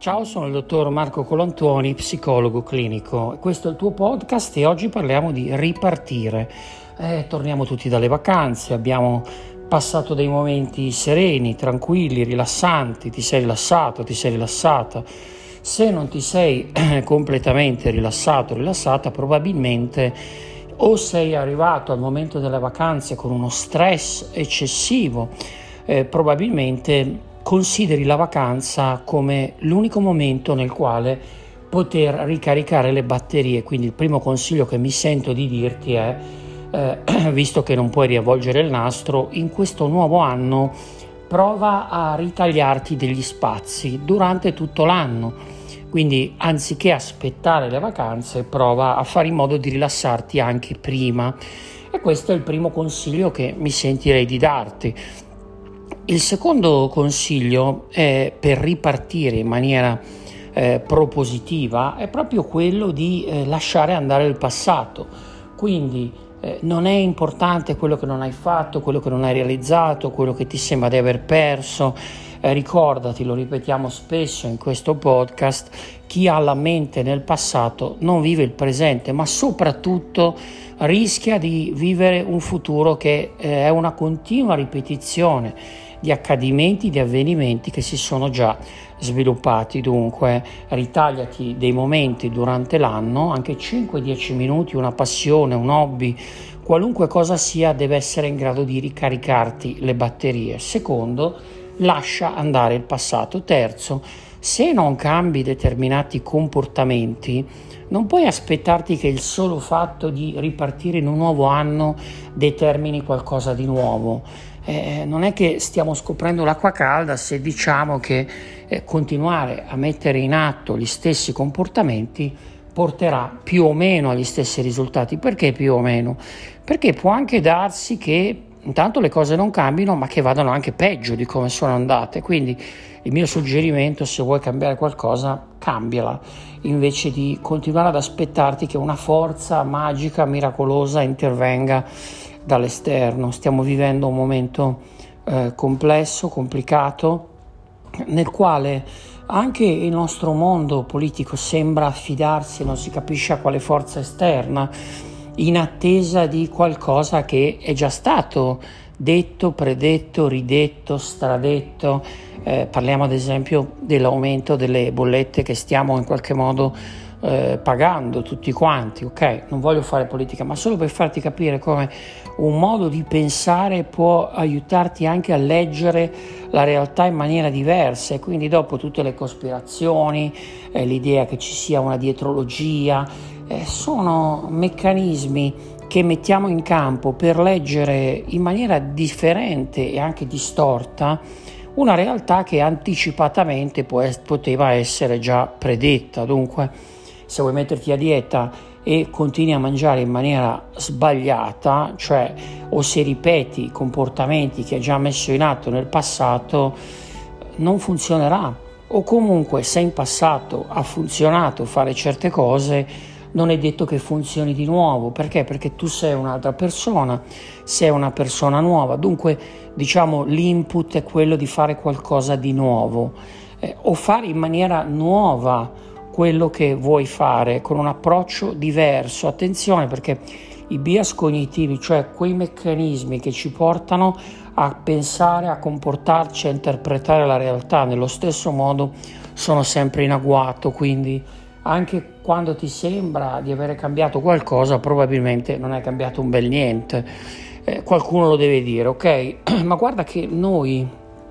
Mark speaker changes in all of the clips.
Speaker 1: Ciao, sono il dottor Marco Colantuoni, psicologo clinico. Questo è il tuo podcast e oggi parliamo di ripartire. Torniamo tutti dalle vacanze, abbiamo passato dei momenti sereni, tranquilli, rilassanti, ti sei rilassato, ti sei rilassata. Se non ti sei completamente rilassato, rilassata, probabilmente o sei arrivato al momento delle vacanze con uno stress eccessivo, probabilmente consideri la vacanza come l'unico momento nel quale poter ricaricare le batterie. Quindi il primo consiglio che mi sento di dirti è, visto che non puoi riavvolgere il nastro, in questo nuovo anno prova a ritagliarti degli spazi durante tutto l'anno. Quindi anziché aspettare le vacanze, prova a fare in modo di rilassarti anche prima. E questo è il primo consiglio che mi sentirei di darti. Il secondo consiglio è per ripartire in maniera propositiva è proprio quello di lasciare andare il passato. Quindi non è importante quello che non hai fatto, quello che non hai realizzato, quello che ti sembra di aver perso. Ricordati, lo ripetiamo spesso in questo podcast, chi ha la mente nel passato non vive il presente, ma soprattutto rischia di vivere un futuro che è una continua ripetizione di accadimenti, di avvenimenti che si sono già sviluppati. Dunque ritagliati dei momenti durante l'anno, anche 5-10 minuti, una passione, un hobby, qualunque cosa sia, deve essere in grado di ricaricarti le batterie. Secondo, lascia andare il passato. Terzo, se non cambi determinati comportamenti, non puoi aspettarti che il solo fatto di ripartire in un nuovo anno determini qualcosa di nuovo. Non è che stiamo scoprendo l'acqua calda se diciamo che continuare a mettere in atto gli stessi comportamenti porterà più o meno agli stessi risultati. Perché più o meno? Perché può anche darsi che intanto le cose non cambino, ma che vadano anche peggio di come sono andate. Quindi il mio suggerimento, se vuoi cambiare qualcosa, cambiala, invece di continuare ad aspettarti che una forza magica, miracolosa intervenga dall'esterno. Stiamo vivendo un momento complesso, complicato, nel quale anche il nostro mondo politico sembra affidarsi, non si capisce a quale forza esterna, in attesa di qualcosa che è già stato detto, predetto, ridetto, stradetto. Parliamo ad esempio dell'aumento delle bollette che stiamo in qualche modo pagando tutti quanti. Ok, non voglio fare politica, ma solo per farti capire come un modo di pensare può aiutarti anche a leggere la realtà in maniera diversa. E quindi dopo tutte le cospirazioni, l'idea che ci sia una dietrologia, sono meccanismi che mettiamo in campo per leggere in maniera differente e anche distorta una realtà che anticipatamente poteva essere già predetta. Dunque, se vuoi metterti a dieta e continui a mangiare in maniera sbagliata, cioè o se ripeti comportamenti che hai già messo in atto nel passato, non funzionerà. O comunque se in passato ha funzionato fare certe cose, non è detto che funzioni di nuovo. Perché? Perché tu sei un'altra persona, sei una persona nuova. Dunque, diciamo, l'input è quello di fare qualcosa di nuovo, o fare in maniera nuova quello che vuoi fare, con un approccio diverso. Attenzione, perché i bias cognitivi, cioè quei meccanismi che ci portano a pensare, a comportarci, a interpretare la realtà nello stesso modo, sono sempre in agguato. Quindi anche quando ti sembra di avere cambiato qualcosa, probabilmente non hai cambiato un bel niente. Qualcuno lo deve dire, ok? Ma guarda che noi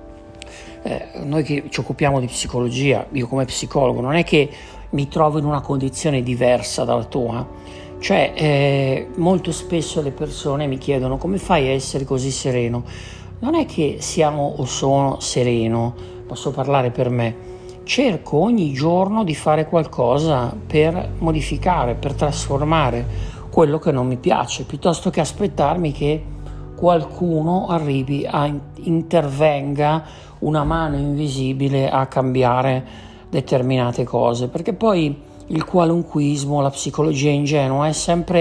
Speaker 1: che ci occupiamo di psicologia, io come psicologo, non è che mi trovo in una condizione diversa dalla tua. Cioè, molto spesso le persone mi chiedono: come fai a essere così sereno? Non è che siamo o sono sereno, posso parlare per me. Cerco ogni giorno di fare qualcosa per modificare, per trasformare quello che non mi piace, piuttosto che aspettarmi che qualcuno arrivi intervenga, una mano invisibile, a cambiare determinate cose. Perché poi il qualunquismo, la psicologia ingenua è sempre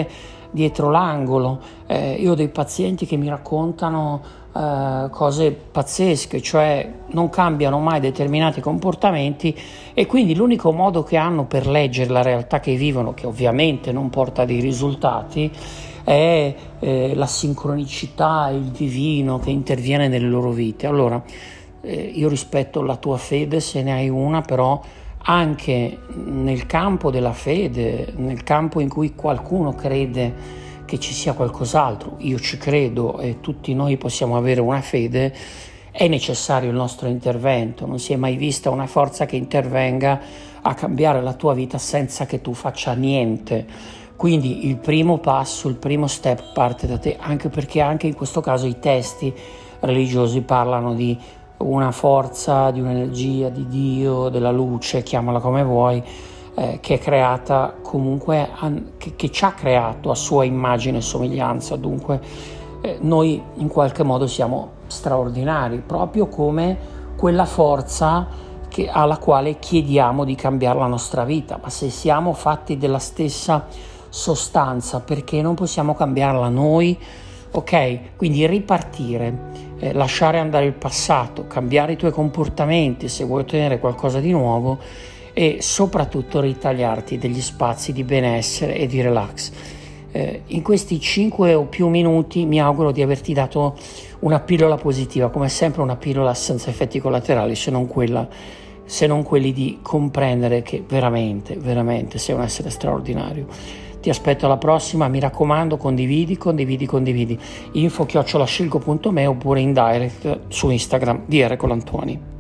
Speaker 1: dietro l'angolo. Io ho dei pazienti che mi raccontano cose pazzesche, cioè non cambiano mai determinati comportamenti, e quindi l'unico modo che hanno per leggere la realtà che vivono, che ovviamente non porta dei risultati, è la sincronicità, il divino che interviene nelle loro vite. Allora io rispetto la tua fede se ne hai una, però anche nel campo della fede, nel campo in cui qualcuno crede che ci sia qualcos'altro, io ci credo e tutti noi possiamo avere una fede, è necessario il nostro intervento. Non si è mai vista una forza che intervenga a cambiare la tua vita senza che tu faccia niente. Quindi il primo passo, il primo step parte da te, anche perché anche in questo caso i testi religiosi parlano di una forza, di un'energia, di Dio, della luce, chiamala come vuoi, che è creata comunque, che ci ha creato a sua immagine e somiglianza. Dunque noi in qualche modo siamo straordinari, proprio come quella forza alla quale chiediamo di cambiare la nostra vita. Ma se siamo fatti della stessa sostanza, perché non possiamo cambiarla noi? Ok, quindi ripartire, lasciare andare il passato, cambiare i tuoi comportamenti se vuoi ottenere qualcosa di nuovo, e soprattutto ritagliarti degli spazi di benessere e di relax. In questi 5 o più minuti mi auguro di averti dato una pillola positiva, come sempre una pillola senza effetti collaterali, se non quelli di comprendere che veramente, veramente sei un essere straordinario. Ti aspetto alla prossima, mi raccomando, condividi. info@scelgo.me oppure in direct su Instagram di Colantuoni.